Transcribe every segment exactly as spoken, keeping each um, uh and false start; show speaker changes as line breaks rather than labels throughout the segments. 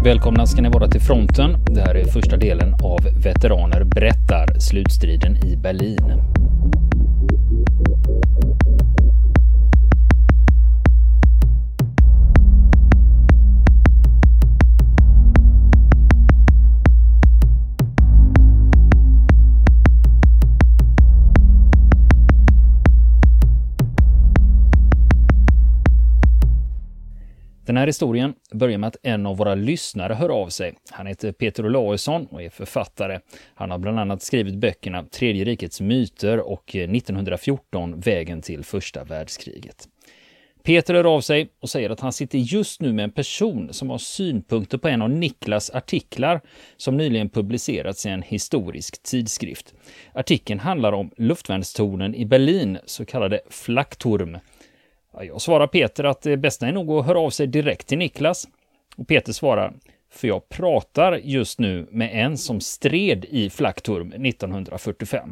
Välkomna ska ni vara till fronten. Det här är första delen av Veteraner berättar slutstriden i Berlin. Den här historien börjar med att en av våra lyssnare hör av sig. Han heter Peter Olausson och är författare. Han har bland annat skrivit böckerna Tredje rikets myter och nittonhundrafjorton Vägen till första världskriget. Peter hör av sig och säger att han sitter just nu med en person som har synpunkter på en av Niklas artiklar som nyligen publicerats i en historisk tidskrift. Artikeln handlar om luftvärnstornen i Berlin, så kallade Flakturm. Jag svarar Peter att det bästa är nog att höra av sig direkt till Niklas. Och Peter svarar, för jag pratar just nu med en som stred i Flakturm nittonhundrafyrtiofem.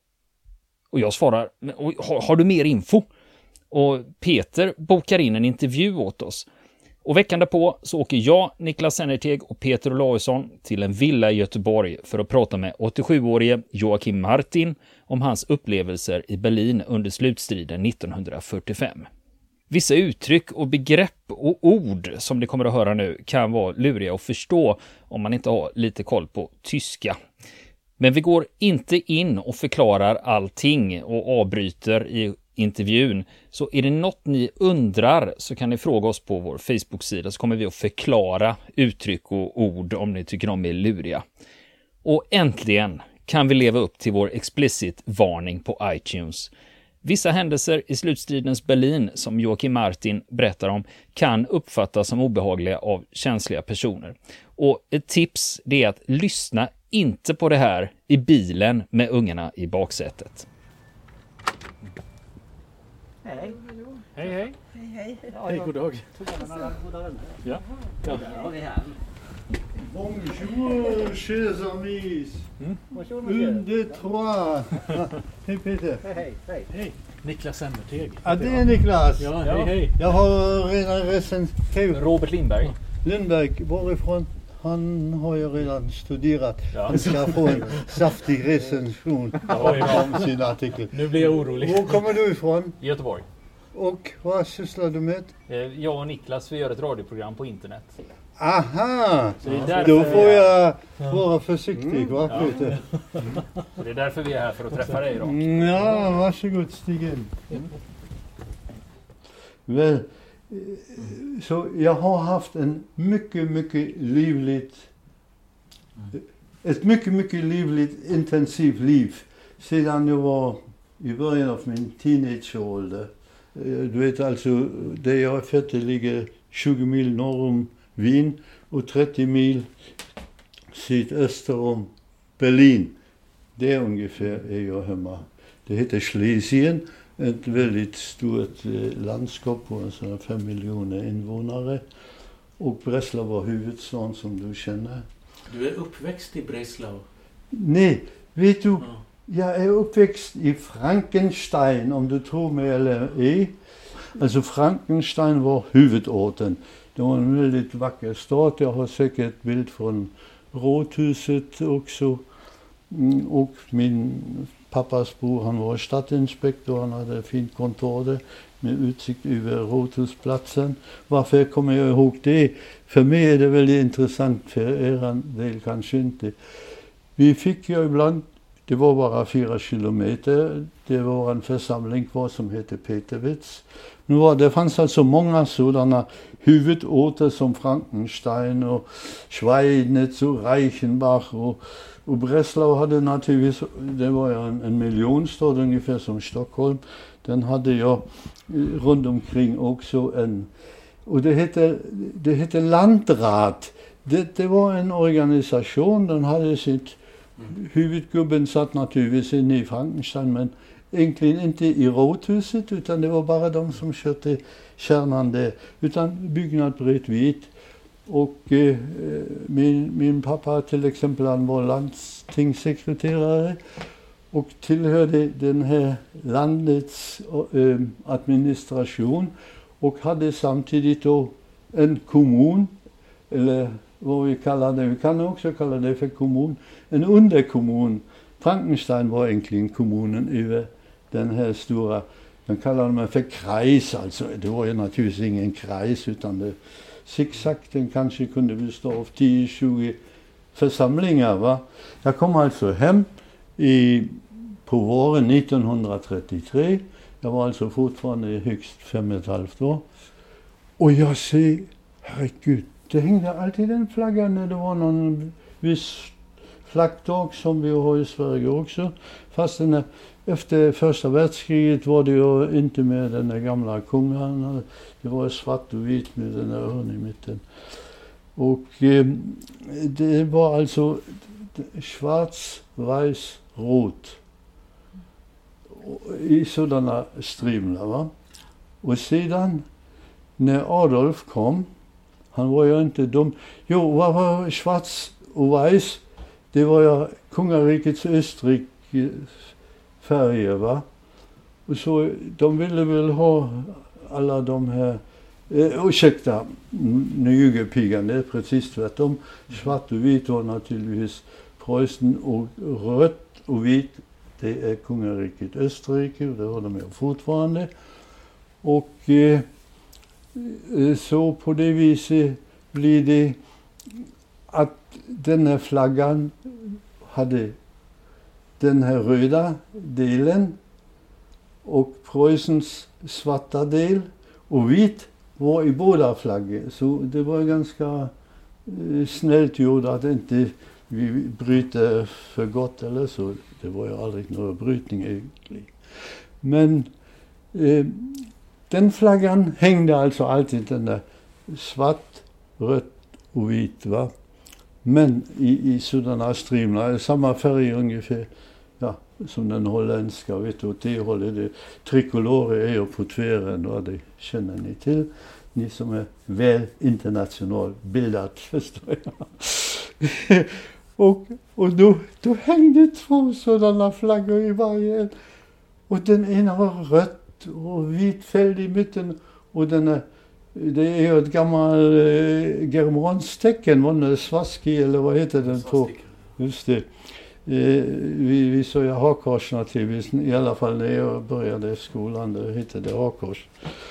Och jag svarar, har, har du mer info? Och Peter bokar in en intervju åt oss. Och veckan därpå så åker jag, Niklas Sennerteg och Peter Olausson till en villa i Göteborg för att prata med åttiosjuårige Joakim Martin om hans upplevelser i Berlin under slutstriden nittonhundrafyrtiofem. Vissa uttryck och begrepp och ord som ni kommer att höra nu kan vara luriga att förstå om man inte har lite koll på tyska. Men vi går inte in och förklarar allting och avbryter i intervjun. Så är det något ni undrar så kan ni fråga oss på vår Facebook-sida, så kommer vi att förklara uttryck och ord om ni tycker de är luriga. Och äntligen kan vi leva upp till vår explicit varning på iTunes. Vissa händelser i slutstridens Berlin som Joakim Martin berättar om kan uppfattas som obehagliga av känsliga personer. Och ett tips det är att lyssna inte på det här i bilen med ungarna i baksätet.
Hej.
Hej, hej.
Hej, hej.
Hej, god dag. Ja. Ja.
Bonjour, chers amis. Un, deux, trois. Hej Peter.
Hej, hej.
Hej. Niklas Sennerteg.
Ja, det är Niklas.
Ja, hej, hej.
Jag har redan recenserat.
Robert Lindberg.
Lindberg, varifrån? Han har ju redan studerat.
Ja.
Han ska få en saftig recension om sin artikel.
Nu blir jag orolig.
Var kommer du ifrån?
Göteborg.
Och vad sysslar du med?
Jag och Niklas vi gör ett radioprogram på internet.
Aha!
Så det är därför
Då får
vi
jag vara försiktig, va
Ja.
Peter?
Och det är därför vi är här, för att träffa dig idag.
Mm, Ja, varsågod, stig in. Väl, eh, så jag har haft en mycket, mycket livligt, ett mycket, mycket livligt, intensivt liv sedan jag var i början av min teenageålder. Eh, Du vet alltså, där jag är född det ligger tjugo mil norr om Wien och trettio mil sydöster om Berlin. Det är ungefär är jag hemma. Det heter Schlesien, ett väldigt stort eh, landskap på en sån fem miljoner invånare. Och Breslau var huvudstaden som du känner.
Du är uppväxt i Breslau.
Nej, vet du,
Ja.
jag är uppväxt i Frankenstein, om du tror mig eller ej. Alltså Frankenstein var huvudorten. Det var en väldigt vacker stad. Jag har säkert ett bild från rådhuset också. Mm, Och min pappas bror, han var stadsinspektor, han hade ett fint kontor där med utsikt över rådhusplatsen. Varför kommer jag ihåg det? För mig är det väldigt intressant, för er del kanske inte. Vi fick ju ibland, det var bara fyra kilometer, det var en församling kvar som hette Peterwitz. Nu var, det fanns alltså många sådana huvudorter som Frankenstein och Schweinitz och Reichenbach och, och Breslau hade naturligtvis, det var ju en, en miljonstad ungefär som Stockholm. Den hade jag eh, runt omkring också en, och det hette, det hette Landrat. Det, det var en organisation, den hade sitt, huvudgubben satt naturligtvis inne i Frankenstein, men egentligen inte i rådhuset, utan det var bara de som körde kärnan där, utan byggnad bredvid. Och eh, min, min pappa till exempel, han var landstingssekreterare och tillhörde den här landets eh, administration och hade samtidigt då en kommun, eller vad vi kallar det, vi kan också kalla det för kommun, en underkommun. Frankenstein var egentligen kommunen över den här stora, man kallar det för kreis, alltså det var ju naturligtvis ingen kreis utan det zigzag, den kanske kunde bestå av tio tjugo församlingar. Va? Jag kom alltså hem i, på våren nittonhundratrettiotre, jag var alltså fortfarande högst fem och ett halvt år, och jag ser, herregud, det hängde alltid en flagga när det var någon viss flaggdag som vi har i Sverige också. Fast den, efter första världskriget var det ju inte med den där gamla kungen. Det var svart och vit med den där örn i mitten. Och eh, det var alltså svart, weiß, rot. I sådana strimlar, va? Och sedan när Adolf kom, han var ju inte dum. Jo, vad var svart och weiß? Det var ju kungarikets Österrike färger, va? Och så, de ville väl ha alla de här, eh, ursäkta, nu ljuger pigan, det är precis tvärtom. Svart och vit var naturligtvis Preussen och rött och vit, det är kungariket Österrike och det har de ju fortfarande. Och eh, så på det viset blir det att den här flaggan hade den här röda delen och Preussens svarta del och vit var i båda flaggor. Så det var ganska eh, snällt gjort att inte vi bryter för gott eller så. Det var ju aldrig någon brytning egentligen. Men eh, den flaggan hängde alltså alltid den där svart, rött och vit, va? Men i, i sådana strimlar, samma färg ungefär, ja, som den holländska, vet du, åt det hållet, det tricolore är ju på tvären, och det känner ni till, ni som är väl internationellt bildat, förstår jag. och och då, då hängde två sådana flaggor i varje, och den ena var rött och vit fälld i mitten, och den är, det är ju ett gammalt eh, germanskt tecken, var det svaski eller vad heter den på? Just det. Eh, vi, vi såg ju hakkors naturligtvis, i alla fall när jag började skolan, det hette det hakkors.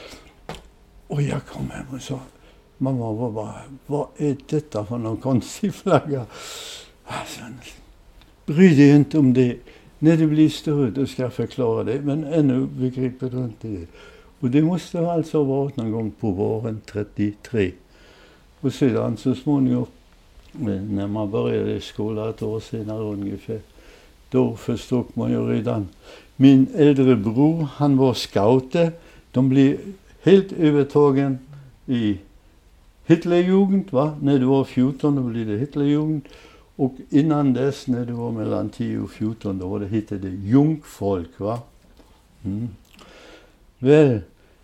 Och jag kom hem och sa, mamma, vad, vad, vad är detta för någon konstig flagga? Alltså, bry dig inte om det. När det blir större då ska jag förklara det, men ännu begriper du inte det. Och det måste alltså ha varit någon gång på våren trettiotre. Och sedan så småningom, när man började skolan ett år senare ungefär, då förstod man ju redan. Min äldre bror, han var scouter. De blev helt övertagen i Hitlerjugend, va? När du var fjorton då blev det Hitlerjugend. Och innan dess, när du var mellan tio och fjorton, då var det, hette det jungfolk, va? Mm. Väl,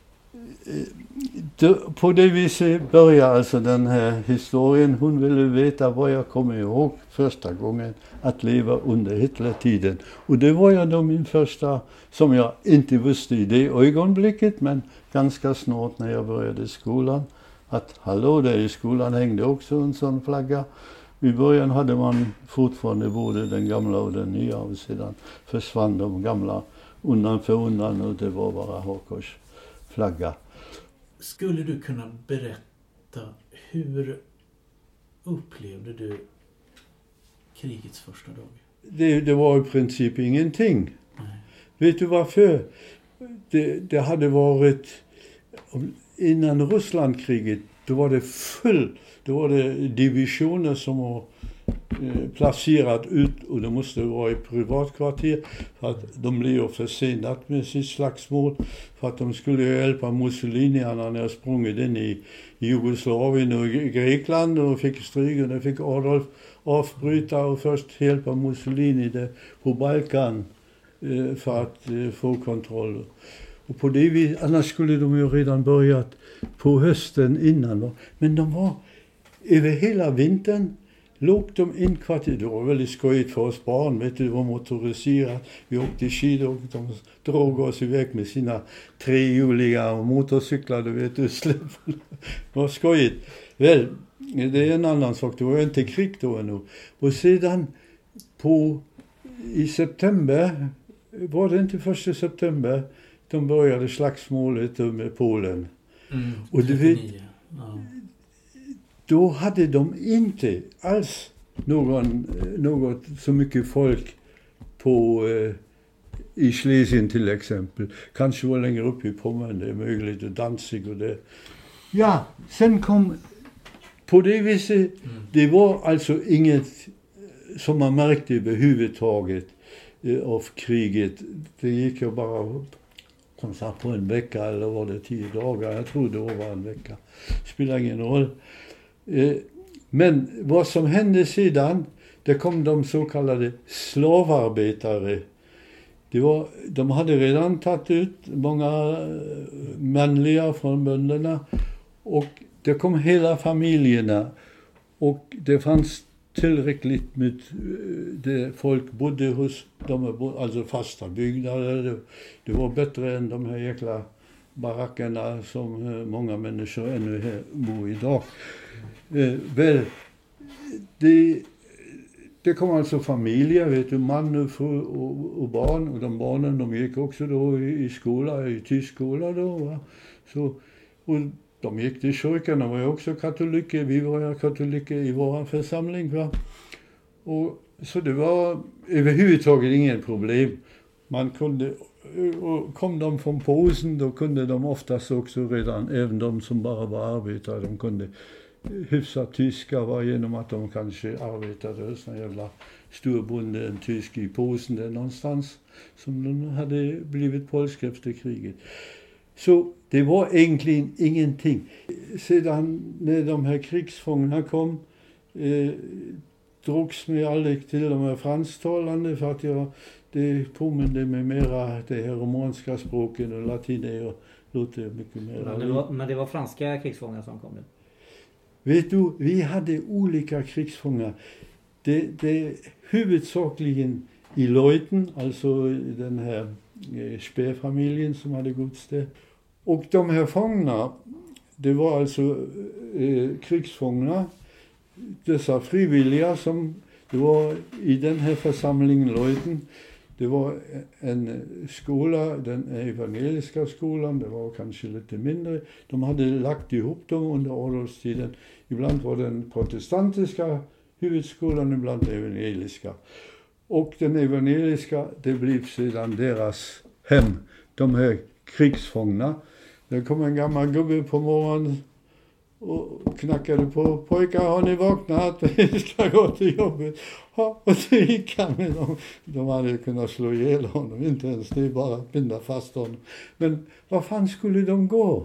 då, på det viset börjar alltså den här historien. Hon ville veta vad jag kommer ihåg första gången att leva under Hitlertiden. Och det var ju då min första, som jag inte visste i det ögonblicket, men ganska snart när jag började skolan, att hallå, där i skolan hängde också en sån flagga. I början hade man fortfarande både den gamla och den nya, och sedan försvann de gamla undan för undan och det var bara hakkorsflagga.
Skulle du kunna berätta, hur upplevde du krigets första dag?
Det, det var i princip ingenting. Nej. Vet du varför? Det, det hade varit, innan Rysslandkriget, då var det full, då var det divisioner som var eh, placerat ut, och det måste vara i privatkvarter för att de blev försenat med sitt slagsmål, för att de skulle hjälpa Mussolini. Han hade sprungit in i Jugoslavien och Grekland och fick stryk, och det fick Adolf avbryta och först hjälpa Mussolini där på Balkan eh, för att eh, få kontroll. Och på det viset, annars skulle de ju redan börjat på hösten innan. Va? Men de var över hela vintern, låg de inkvarter. Det var väldigt skojigt för oss barn, vet du, det var motoriserat. Vi åkte skidor och de drog oss iväg med sina trehjuliga motorcyklar, du vet, det var skojigt. Väl, det är en annan sak. Det var inte krig då ännu. Och sedan på, i september, var det inte första september, de började slagsmålet med Polen.
Mm,
och du vet,
ja.
Då hade de inte alls någon, något så mycket folk på eh, i Schlesien till exempel. Kanske var längre upp i Pommern, det är möjligt, och Danzig och det. Ja, sen kom på det viset, mm. det var alltså inget som man märkte överhuvudtaget eh, av kriget. Det gick ju bara som sagt på en vecka, eller var det tio dagar, jag tror det var en vecka. Spelar ingen roll. Eh, men vad som hände sedan, det kom de så kallade slavarbetare. Det var, de hade redan tagit ut många manliga från bönderna, och det kom hela familjerna, och det fanns tillräckligt med det folk bodde hos de, alltså fasta byggnader. Det, det var bättre än de här jäkla barackerna som många människor ännu här bor idag. Eh, väl, det, det kom alltså familjer, vet du, man och fru och, och barn, och de barnen de gick också då i, i skola, i tysk skola då, va? Så, och de gick till kyrkan, de var ju också katoliker, vi var ju katoliker i vår församling, va? Och så det var överhuvudtaget ingen problem. Man kunde, och kom de från Polen, då kunde de oftast också redan, även de som bara var arbetare, de kunde hyfsat tyska, var genom att de kanske arbetade hos en jävla storbonde, en tysk i Polen där någonstans, som de hade blivit polska efter kriget. Så det var egentligen ingenting. Sedan när de här krigsfångarna kom, eh, drogs mig aldrig till de här fransktalande, för att jag, det påminner mig mera det här romanska språken, och latin är låter mycket mer.
Men det var, men det var franska krigsfångar som kom nu?
Vet du, vi hade olika krigsfångar. Det, det huvudsakligen i Leuten, alltså den här eh, Speer-familjen som hade gods där. Och de här fångarna, det var alltså eh, krigsfångarna, dessa frivilliga som, det var i den här församlingen Leuten, det var en skola, den evangeliska skolan, det var kanske lite mindre. De hade lagt ihop dem under Adolfstiden. Ibland var den protestantiska huvudskolan, ibland den evangeliska. Och den evangeliska, det blev sedan deras hem, de här krigsfångarna. Det kom en gammal gubbe på morgonen och knackade på. Pojkar, har ni vaknat? Vi ska gå till jobbet. Ja, och så gick han med dem. De hade kunnat slå ihjäl honom, inte ens det, bara binda fast honom. Men vad fan skulle de gå?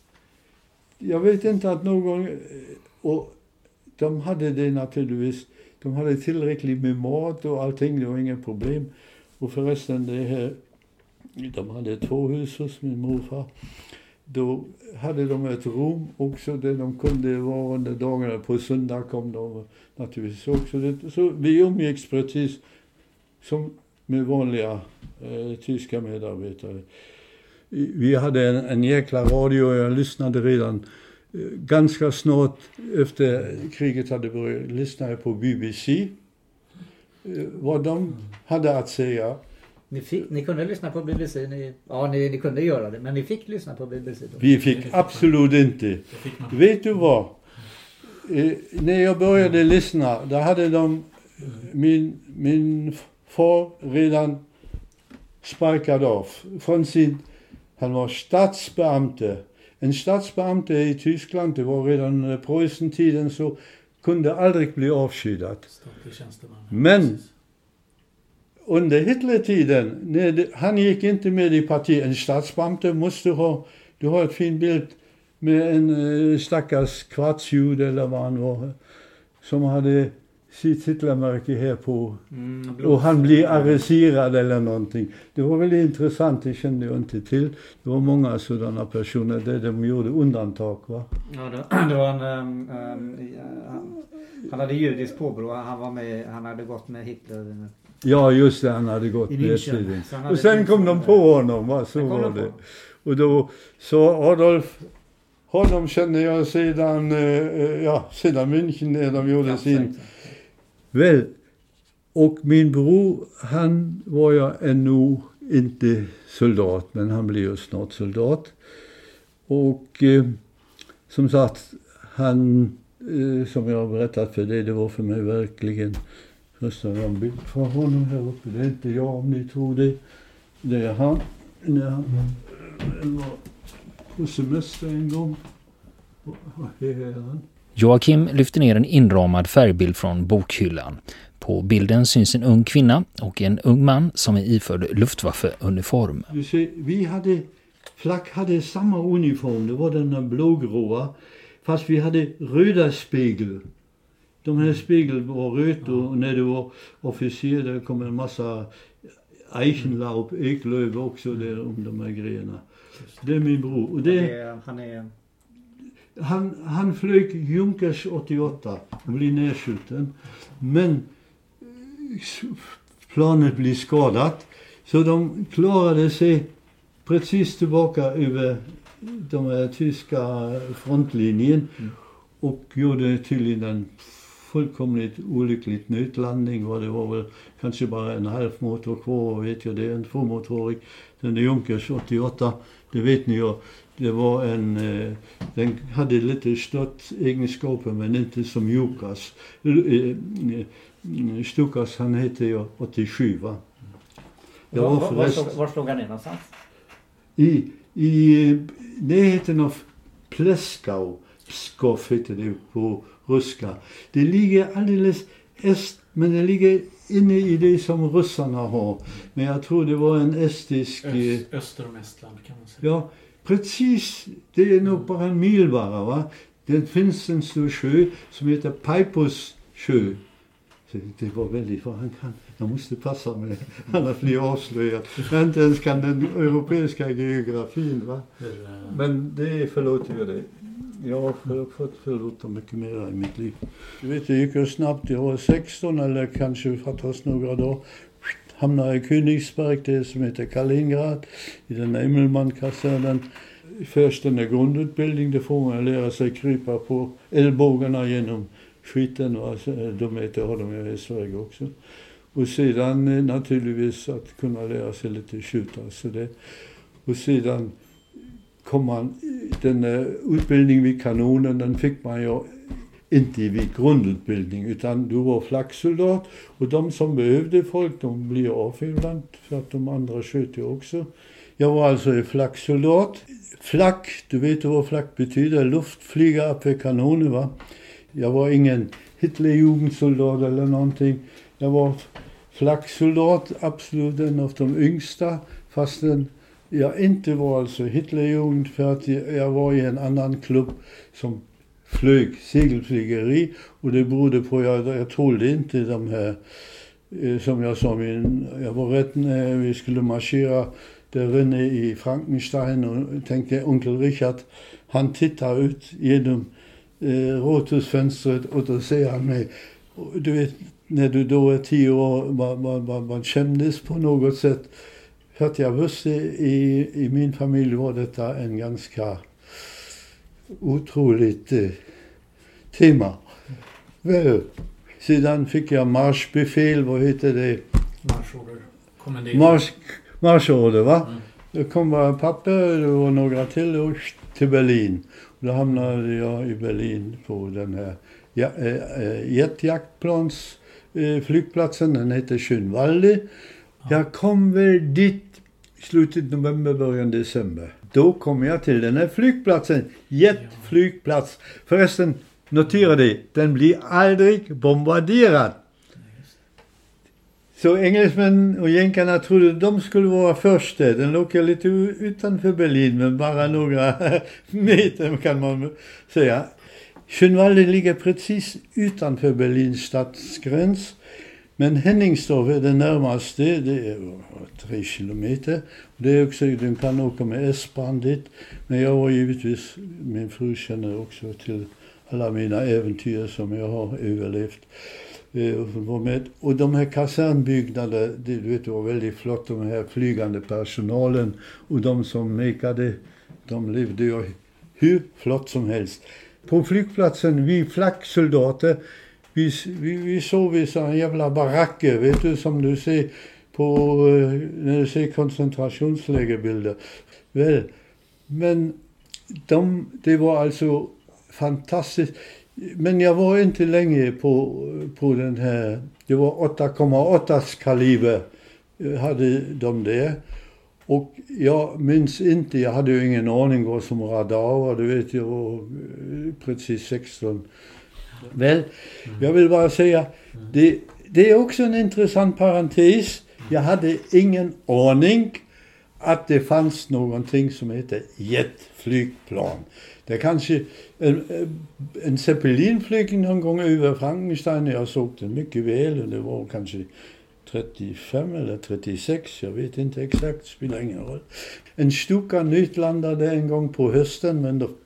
Jag vet inte att någon, och de hade det naturligtvis, de hade tillräckligt med mat och allting, det var inga problem. Och förresten, det här, de hade två hus hos min morfar. Då hade de ett rum också där de kunde vara under dagarna. På söndag kom de naturligtvis också. Så vi umgicks precis som med vanliga eh, tyska medarbetare. Vi hade en, en jäkla radio, och jag lyssnade redan eh, ganska snart efter kriget hade börjat, lyssnade på B B C. Eh, vad de hade att säga.
Ni, fick, ni kunde lyssna på B B C, ni, ja ni, ni kunde göra det, men ni fick lyssna på B B C då?
Vi fick absolut inte. Vet du vad? Eh, när jag började lyssna, då hade de, min, min far redan sparkat av från sin, han var statsbeamte. En statsbeamte i Tyskland, det var redan Preussen-tiden, så kunde aldrig bli avskyddad. Men under Hitler-tiden, när han gick inte med i partiet, en statsbeamte måste ha, du har ett fin bild med en uh, stackars kvartsjud eller vad han var, som hade sitt Hitlermärke här på, mm, och han blev arresterad eller någonting. Det var väldigt intressant, det kände jag inte till. Det var många sådana personer där de gjorde undantag, va?
Ja, det, det var en, um, um, han, han hade judiskt påbrå, han var med, han hade gått med Hitler.
Ja, just det, han hade gått med tiden. Och sen kom de på honom, va? Så var det. Och då sa Adolf, honom känner jag sedan, eh, ja, sedan München när de gjorde
Ja,
sin...
exakt.
Väl, och min bror, han var jag ännu inte soldat, men han blev ju snart soldat. Och eh, som sagt, han, eh, som jag har berättat för dig, det var för mig verkligen första en bild från honom här uppe. Det är inte jag om ni tror det. Det är han. När han var på semester en gång. Och här är han.
Joakim lyfter ner en inramad färgbild från bokhyllan. På bilden syns en ung kvinna och en ung man som är iförd Luftwaffe-uniform.
Du ser, vi hade, Flak hade samma uniform, det var den blågråa, fast vi hade röda spegel. De här spegel var röd och när det var officer där kom en massa eichenlaub, eklöv också där om de här grejerna. Det är min bror. Och det,
det är, han är...
Han, han flög Junkers åttioåtta och blev nedskjuten. Men planet blev skadat. Så de klarade sig precis tillbaka över de här tyska frontlinjen. Mm. Och gjorde tydligen en fullkomligt olyckligt nödlandning. Och det var väl kanske bara en halv motor kvar, vet jag det, en tvåmotorig. Den Junkers åttioåtta, det vet ni ju. Det var en, den hade lite störtegenskaper men inte som Jukas. Stukas, han hette ju åttiosju, va?
Ja, var, var, var, stod, var stod han någonstans?
I, i närheten av Pleskau, Pskov heter det på ryska. Det ligger alldeles est, men det ligger inne i det som ryssarna har. Men jag tror det var en estisk...
Öst, öster om Estland kan man säga.
Ja, precis. Det är nog bara en mil bara, va? Det finns en stor sjö som heter Peipus sjö. Så det var väldigt vad han kan. Jag måste passa mig. Annars blir jag avslöjad. Inte ens kan den europeiska geografin, va? Men det förlåter jag dig. Jag har fått förlåta mycket mer i mitt liv. Du vet, det gick ju snabbt. Jag var sexton eller kanske fattas några dagar. Hamnade i Königsberg, det som heter Kaliningrad, i den Emmelmann-kasernen. Först den där grundutbildning, det får man lära sig krypa på elbågarna genom skiten. Alltså, de heter har de ju i Sverige också. Och sedan naturligtvis att kunna lära sig lite skjuta. Så det. Och sedan kom man, den utbildning vid kanonen, den fick man ju inte vid grundutbildning, utan du var flacksoldat och de som behövde folk, de blev avfällande för att de andra sköt ju också. Jag var alltså flacksoldat. Flack, du vet vad flack betyder, luftflygarabwehrkanoner, va? Jag var ingen Hitlerjugendsoldat eller någonting. Jag var flacksoldat, absolut en av de yngsta, fastän jag inte var alltså Hitlerjugend för att jag var i en annan klubb som flög, segelflygeri, och det berodde på att jag, jag tålde inte de här, eh, som jag sa, min, jag var rätt när vi skulle marschera där inne i Frankenstein och tänkte onkel Richard, han tittar ut genom eh, rådhusfönstret och då ser han mig. Och du vet, när du då är tio år, man, man, man, man kändes på något sätt, för att jag visste i, i min familj var detta en ganska otroligt eh, tema. Väl, sedan fick jag marschbefäl, vad heter det?
Marschorder. Kommendering.
Marsch, marschorder, va? Mm. Det kom bara papper och några till och till Berlin. Och då hamnade jag i Berlin på den här ja, äh, jetjaktplans äh, flygplatsen, den heter Schönwalde. Jag kom väl dit slutet november, början december. Då kom jag till den här flygplatsen. Jetflygplats. Förresten, notera det. Den blir aldrig bombarderad. Så engelsmän och jänkarna trodde de skulle vara först där. Den låg lite utanför Berlin, men bara några meter kan man säga. Schönwalde ligger precis utanför Berlins stadsgräns. Men Henningstorp är det närmaste, det är tre kilometer. Det är också, du kan åka med S-bahn dit. Men jag var givetvis, min fru känner också till alla mina äventyr som jag har överlevt. Och, med. och de här kasernbyggnader, det, du vet, det var väldigt flott, de här flygande personalen. Och de som mekade, de levde ju hur flott som helst. På flygplatsen, vi flaggsoldater, vi, vi, vi sov i sådana jävla baracker, vet du, som du ser på, när du ser koncentrationslägerbilder. Väl, men de, det var alltså fantastiskt. Men jag var inte länge på, på den här, det var åtta komma åtta kaliber hade de det. Och jag minns inte, jag hade ju ingen aning vad som radar var, du vet, jag var precis sexton. Väl, jag vill bara säga, det, det är också en intressant parentes. Jag hade ingen aning att det fanns någonting som heter jetflygplan. Det kanske en, en Zeppelin-flyg någon gång över Frankenstein, jag såg den mycket väl, och det var kanske trettiofem eller trettiosex, jag vet inte exakt, spelar ingen roll. En Stuka nötlandade en gång på hösten, men då,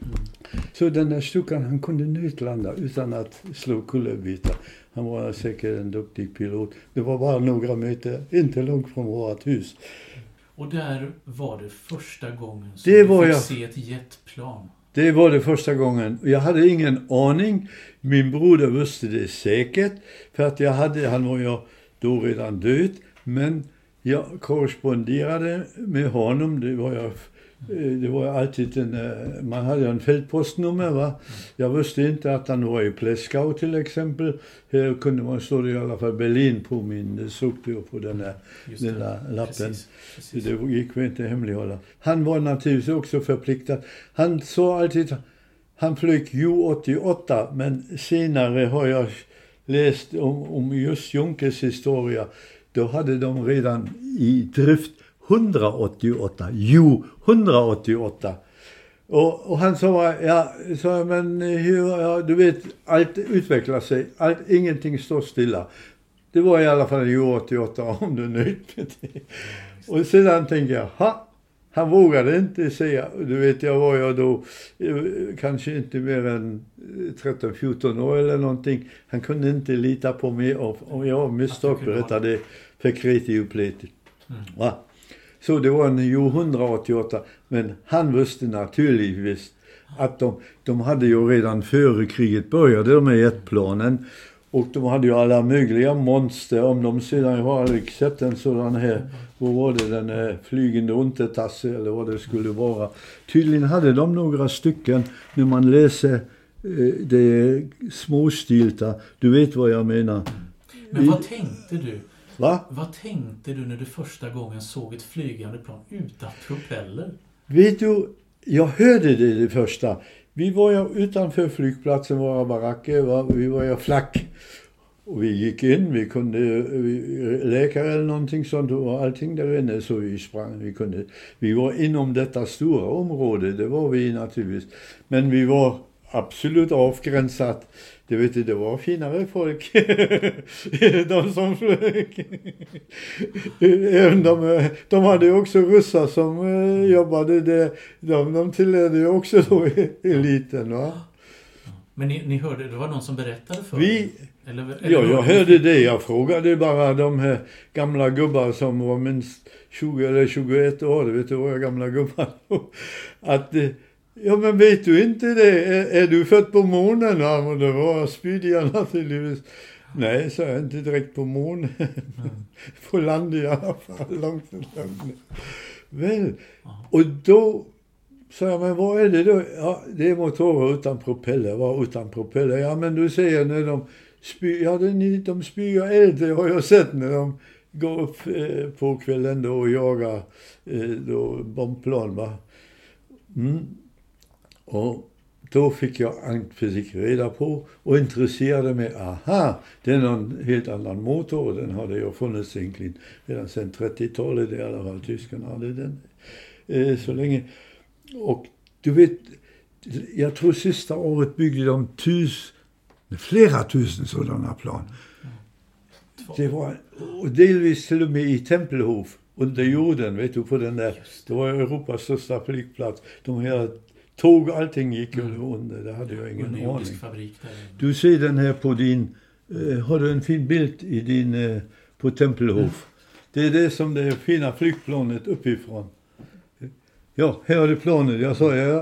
så den där Stukan, han kunde nötlanda utan att slå kullerbitar. Han var säkert en duktig pilot. Det var bara några meter, inte långt från vårt hus.
Och där var det första gången som
det
du
var
fick
jag.
se ett jetplan.
Det var det första gången. Jag hade ingen aning. Min broder visste det säkert. För att jag hade, han var ju då redan död. Men jag korresponderade med honom. Det var jag, det var alltid en, man hade en fältpostnummer, va. Jag visste inte att han var i Pleskau till exempel. Här kunde man stå det i alla fall Berlin på min sopor på den här lilla lappen.
Precis, precis.
Det gick vi inte hemlighålla. Han var naturligtvis också förpliktad. Han sa alltid, han flög Ju åttioåtta, men senare har jag läst om, om just Junkers historia. Då hade de redan i drift hundraåttioåtta, Ju hundraåttioåtta. Och, och han sa, ja, sa, men hur, ja, du vet, allt utvecklar sig, allt, ingenting står stilla. Det var i alla fall Ju åttioåtta, om du är nöjd med det. Och sedan tänkte jag, ha, han vågade inte säga, du vet, jag var jag då kanske inte mer än tretton fjorton år eller någonting. Han kunde inte lita på mig om jag misstag berättade för kreti och pleti. Mm. Va? Så det var en Ju hundraåttioåtta, men han visste naturligtvis att de, de hade ju redan före kriget började med jetplanen, och de hade ju alla möjliga monster. Om de sedan har aldrig sett en sådan här, vad var det, den här flygande untertasse eller vad det skulle vara. Tydligen hade de några stycken, när man läser eh, det småstilta, du vet vad jag menar.
Men vad tänkte du?
Va?
Vad tänkte du när du första gången såg ett flygande plan utan propeller?
Vet du, jag hörde det det första. Vi var ju utanför flygplatsen, våra baracker, va? Vi var ju flack. Och vi gick in, vi kunde, vi, läkare eller någonting sånt, och allting där inne, så vi sprang, vi kunde, vi var inom detta stora område, det var vi naturligtvis. Men vi var absolut avgränsat. Det vet du, det var finare folk. De som flög. Även de, de hade också russar som jobbade där. De, de tillhörde ju också då eliten, va?
Men ni, ni hörde, det var någon som berättade för
vi,
er? Eller, eller
ja, jag hörde det. Jag frågade bara de här gamla gubbar som var minst tjugo eller tjugoett år. Du vet du, våra gamla gubbar. Att ja, men vet du inte det? Är, är du född på månen? Ja, men det var spydiga naturligtvis. Nej, så är jag inte direkt på månen. Mm. På land i alla fall, långt långt. Väl, och då sa jag, men vad är det då? Ja, det är motorer utan propeller. Vad utan propeller? Ja, men du säger när de spyr, ja, de spyr eld, det har jag sett när de går upp eh, på kvällen då och jagar eh, då bombplan, va? Mm. Och då fick jag fick reda på och intresserade mig. Aha, det är någon helt annan motor. Den hade jag funnits egentligen redan sedan trettiotalet. I alla fall tyskarna hade den eh, så länge. Och du vet, jag tror sista året byggde de tus, flera tusen sådana plan. Det var, och delvis till och med i Tempelhof under jorden, vet du, på den där. Det var Europas största flygplats. De här tåg, allting gick mm. under, det hade jag ingen aning.
Fabrik där.
Du ser den här på din, eh, har du en fin bild i din, eh, på Tempelhof. Mm. Det är det som det fina flygplanet uppifrån. Ja, här är det planet. Jag sa, ja,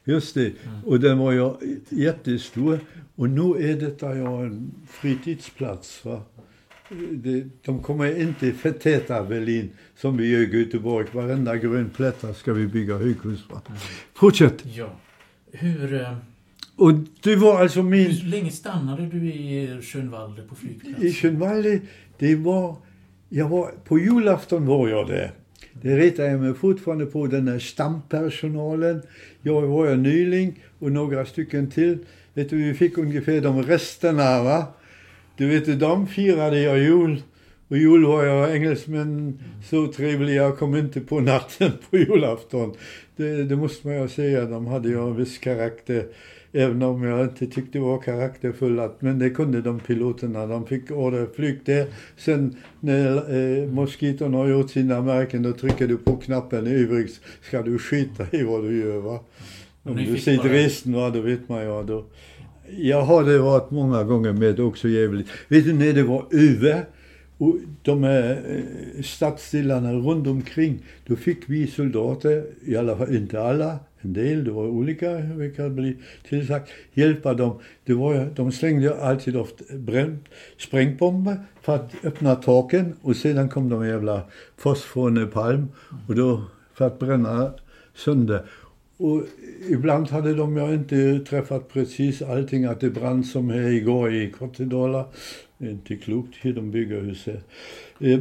Just det. Mm. Och den var ju jättestor. Och nu är detta ju en fritidsplats. Va? Det, de kommer inte förtäta Berlin som vi gör i Göteborg. Varenda grön plättar ska vi bygga höghus. Va? Mm. Fortsätt.
Ja. Hur...
Och det var alltså min...
Hur länge stannade du i Schönwalde på flygplatsen?
I Schönwalde, det var... Jag var... På julafton var jag där. Det retar jag mig fortfarande på den här stampersonalen. Jag var jag nyling och några stycken till. Vet du, vi fick ungefär de resterna, va? Du vet, de firade jag jul. Och jul var jag engelsmän så trevliga. Jag kom inte på natten på julafton. Det, det måste man ju säga. De hade ju en viss karaktär. Även om jag inte tyckte det var karaktärfulla. Men det kunde de piloterna. De fick order flyg där. Sen när eh, moskiton har gjort sina märken, då trycker du på knappen. I övrigt ska du skita i vad du gör, va? Om du ser bara... resten, va, då vet man ju. Då. Jag har det varit många gånger med också jävligt. Vet du när det var över? Och de här stadsdelarna runt omkring, då fick vi soldater, i alla fall inte alla, en del, det var olika, vilka bli tillsagt, hjälpa dem. Det var, de slängde alltid ofta bränn, sprängbomber för att öppna taken och sedan kom de jävla fosfornepalm och då för att bränna sönder. Och ibland hade de ju inte träffat precis allting, att det brann som här igår i Kortedala. Det är inte klokt hur de bygger huset. Eh,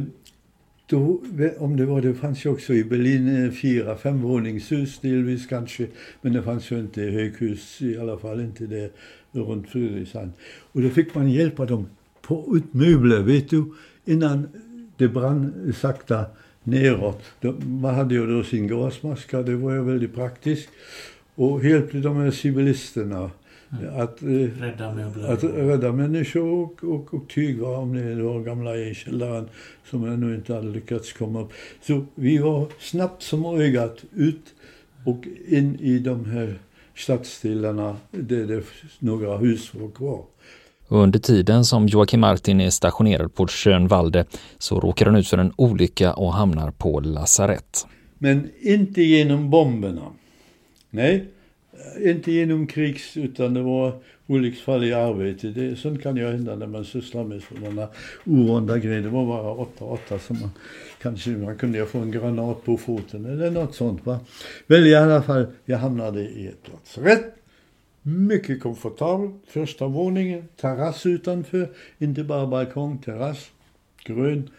då, om det var, det fanns ju också i Berlin fyra, fem våningshus delvis kanske, men det fanns ju inte höghus, i alla fall inte det runt Friedrichshain. Och då fick man hjälpa dem på ut möbler, vet du, innan det brann sakta neråt. Man hade ju då sin gasmaska, det var ju väldigt praktiskt. Och hjälpte de här civilisterna mm. att,
rädda
att rädda människor och, och, och tyg, va, om det var gamla i källaren som ännu inte hade lyckats komma upp. Så vi var snabbt som ögat ut och in i de här stadsdelarna där det några hus var kvar.
Under tiden som Joakim Martin är stationerad på Schönwalde så råkar han ut för en olycka och hamnar på lasarett.
Men inte genom bomberna. Nej, inte genom krigs, utan det var olycksfall i arbetet. Det, sånt kan ju hända när man sysslar med sådana ovanda grejer. Det var bara åtta åtta som man kanske man kunde få en granat på foten eller något sånt, va. Väl i alla fall, jag hamnade i ett lasarett. Mycket komfortabel, första våningen, terrass utanför, inte bara balkong, terrass, grön.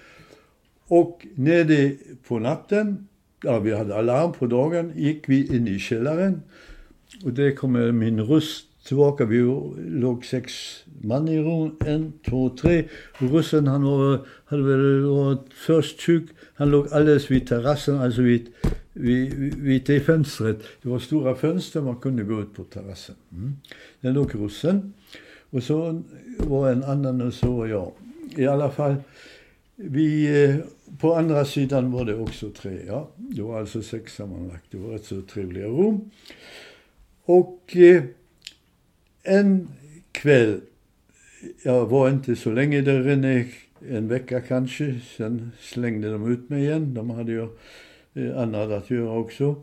Och när det på natten, ja vi hade alarm på dagen, gick vi in i källaren. Och där kommer min röst tillbaka, vi låg sex man i rum, en, två, tre. Och ryssen han var, hade väl varit först sjuk, han låg alldeles vid terrassen, alltså vid Vid, vid det fönstret. Det var stora fönster, man kunde gå ut på terrassen. Mm. Den låg russen. Och så var en annan och så var jag. I alla fall, vi, på andra sidan var det också tre. Ja. Det var alltså sex sammanlagt. Det var ett så trevliga rum. Och eh, en kväll, jag var inte så länge där inne, en vecka kanske. Sen slängde de ut mig igen. De hade ju annat att göra också.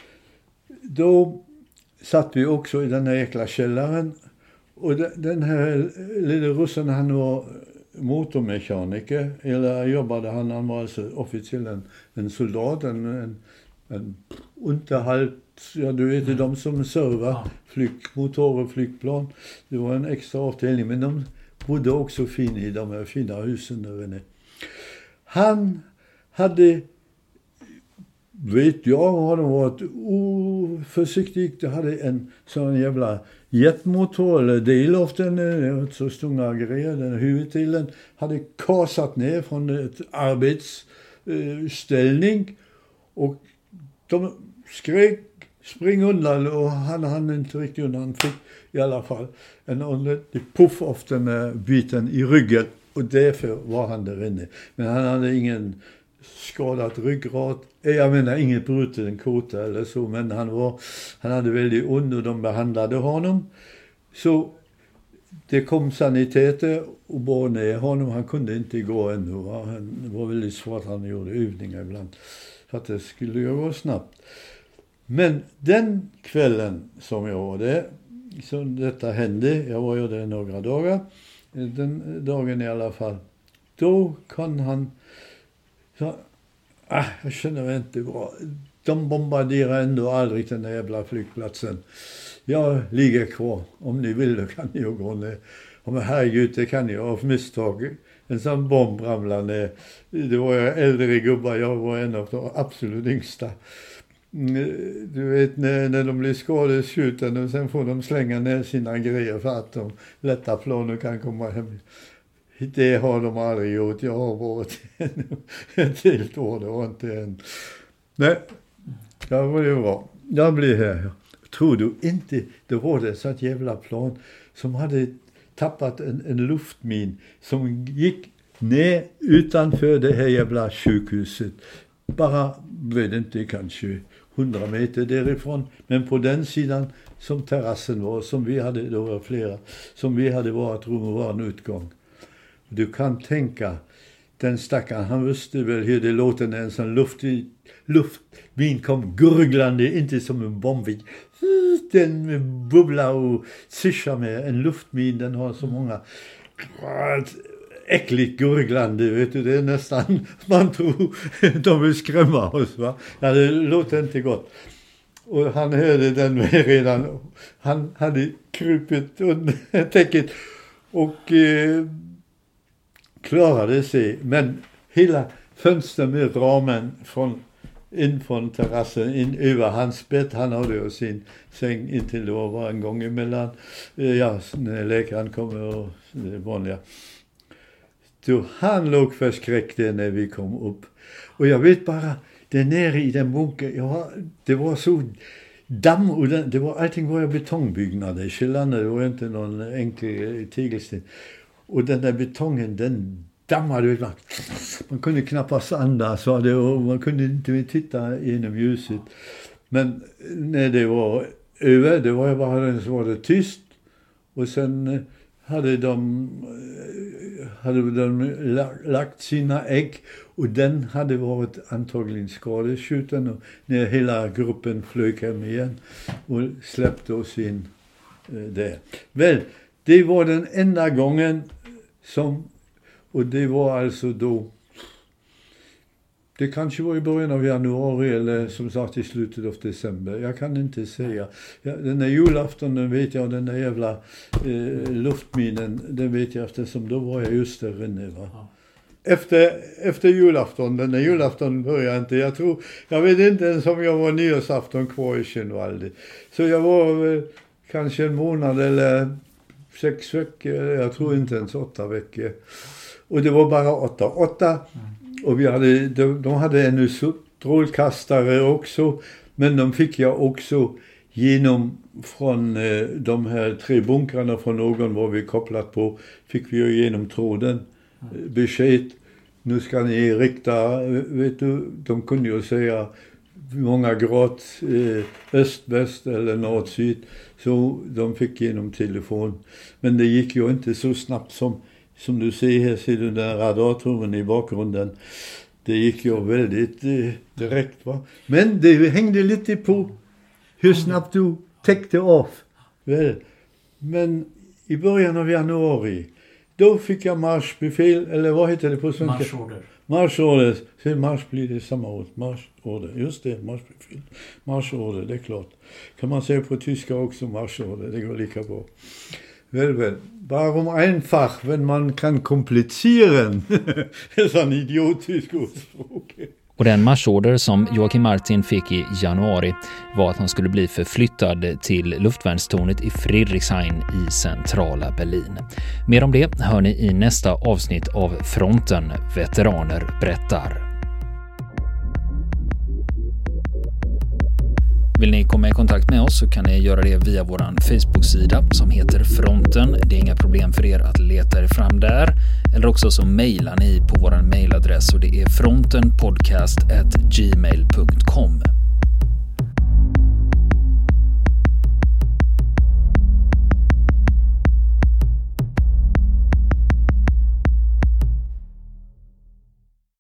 Då satt vi också i den här jäkla källaren. Och den här lilla russen, han var motormekaniker. Eller jobbade han, han var alltså officiellt en, en soldat. En, en, en unterhalt, ja du vet mm. de som servar ja. flygmotorer och flygplan. Det var en extra avdelning. Men de bodde också fin i de här fina husen där inne. Han hade, vet jag, har de varit oförsiktigt. Det hade en sån jävla jetmotor eller del av den, så stora grejer, den huvuddelen hade kasat ner från ett arbetsställning och de skrek spring undan och han hann inte riktigt undan. Han fick i alla fall en ordentlig puff av den här biten i ryggen och därför var han där inne. Men han hade ingen skadat ryggrad, jag menar inget brutet en kota eller så, men han var, han hade väldigt ont och de behandlade honom. Så det kom saniteter och bar ner honom, han kunde inte gå ännu. Han var väldigt svårt, han gjorde övningar ibland för att det skulle gå snabbt. Men den kvällen som jag var där, så detta hände, jag var ju där några dagar, den dagen i alla fall, då kan han, så, ah, jag känner mig inte bra. De bombarderar ändå aldrig den där jävla flygplatsen. Jag ligger kvar. Om ni vill, då kan ni ju gå ner. Och men herregud, det kan jag av misstag. En sån bomb ramlar ner. Det var jag äldre gubbar, jag var en av de absolut yngsta. Du vet, när, när de blir skadeskjutna och sen får de slänga ner sina grejer för att de lätta planen kan komma hem. Det har de aldrig gjort. Jag har varit ett helt år, det var inte en. Nej, det var ju bra. Jag blir här. Tror du inte, det var det så ett jävla plan som hade tappat en, en luftmin som gick ner utanför det här jävla sjukhuset. Bara, vet inte, kanske hundra meter därifrån. Men på den sidan som terrassen var, som vi hade, det var flera, som vi hade varit rum och var en utgång. Du kan tänka, den stackaren, han visste väl hur det låter när en sån luftig luftmin kom gurglande, inte som en bomb. Den bubblar och syssar med en luftmin, den har så många äckligt gurglande, vet du, det är nästan, man tror de vill skrämma oss, va? Ja, det låter inte gott. Och han hörde den redan, han hade krupit under täcket och eh, klarade sig, men hela fönstret med ramen från in från terrassen, in över hans bädd, han hade ju sin säng intill det var en gång emellan, ja, när läkaren kommer och det vanliga. Så han låg förskräckt när vi kom upp. Och jag vet bara, där nere i den bunken, ja, det var så damm och den, det var, allting var betongbyggnader, källande, det var inte någon enkel tegelsten. Och den där betongen, den dammade, man, man kunde knappast andas, var det, och man kunde inte titta genom ljuset. Men när det var över, det var bara så var det tyst. Och sen hade de, hade de lagt sina ägg och den hade varit antagligen skadeskjuten. Och när hela gruppen flög hem igen och släppte oss in där. Väl, det var den enda gången som, och det var alltså då, det kanske var i början av januari eller som sagt i slutet av december. Jag kan inte säga. Ja, den där julafton, den vet jag, den där jävla eh, luftminen, den vet jag eftersom då var jag just där inne, va. Ja. Efter, efter julafton, den där julafton började inte. Jag tror, jag vet inte ens om jag var nyårsafton kvar i Kynvalde. Så jag var eh, kanske en månad eller sex veckor, jag tror inte ens åtta veckor. Och det var bara åtta. Åtta. Mm. Och vi hade, de, de hade ännu strålkastare också. Men de fick jag också genom från eh, de här tre bunkrarna från någon var vi kopplat på. Fick vi ju genom tråden eh, besked. Nu ska ni rikta, vet du, de kunde ju säga många grad eh, öst, väst eller nord, syd. Så de fick genom telefon. Men det gick ju inte så snabbt som Som du ser här, ser du den radartornen i bakgrunden. Det gick ju väldigt eh, direkt, va. Men det hängde lite på hur snabbt du täckte av. Väl. Men i början av januari, då fick jag marschbefäl, eller vad heter det på svenska?
Marschorder.
Marschorder. Så marsch blir det samma ord. Marschorder. Just det, marschbefäl. Marschorder, det är klart. Kan man säga på tyska också marschorder, det går lika bra. Väl, väl. Warum einfach, wenn man kan komplizieren? Det är sån idiotisk ordspråk.
Och den marschorder som Joakim Martin fick i januari var att han skulle bli förflyttad till luftvärnstornet i Friedrichshain i centrala Berlin. Mer om det hör ni i nästa avsnitt av Fronten, Veteraner berättar. Vill ni komma i kontakt med oss så kan ni göra det via vår Facebook-sida som heter Fronten. Det är inga problem för er att leta er fram där. Eller också så mejlar ni på vår mejladress och det är frontenpodcast at gmail punkt com.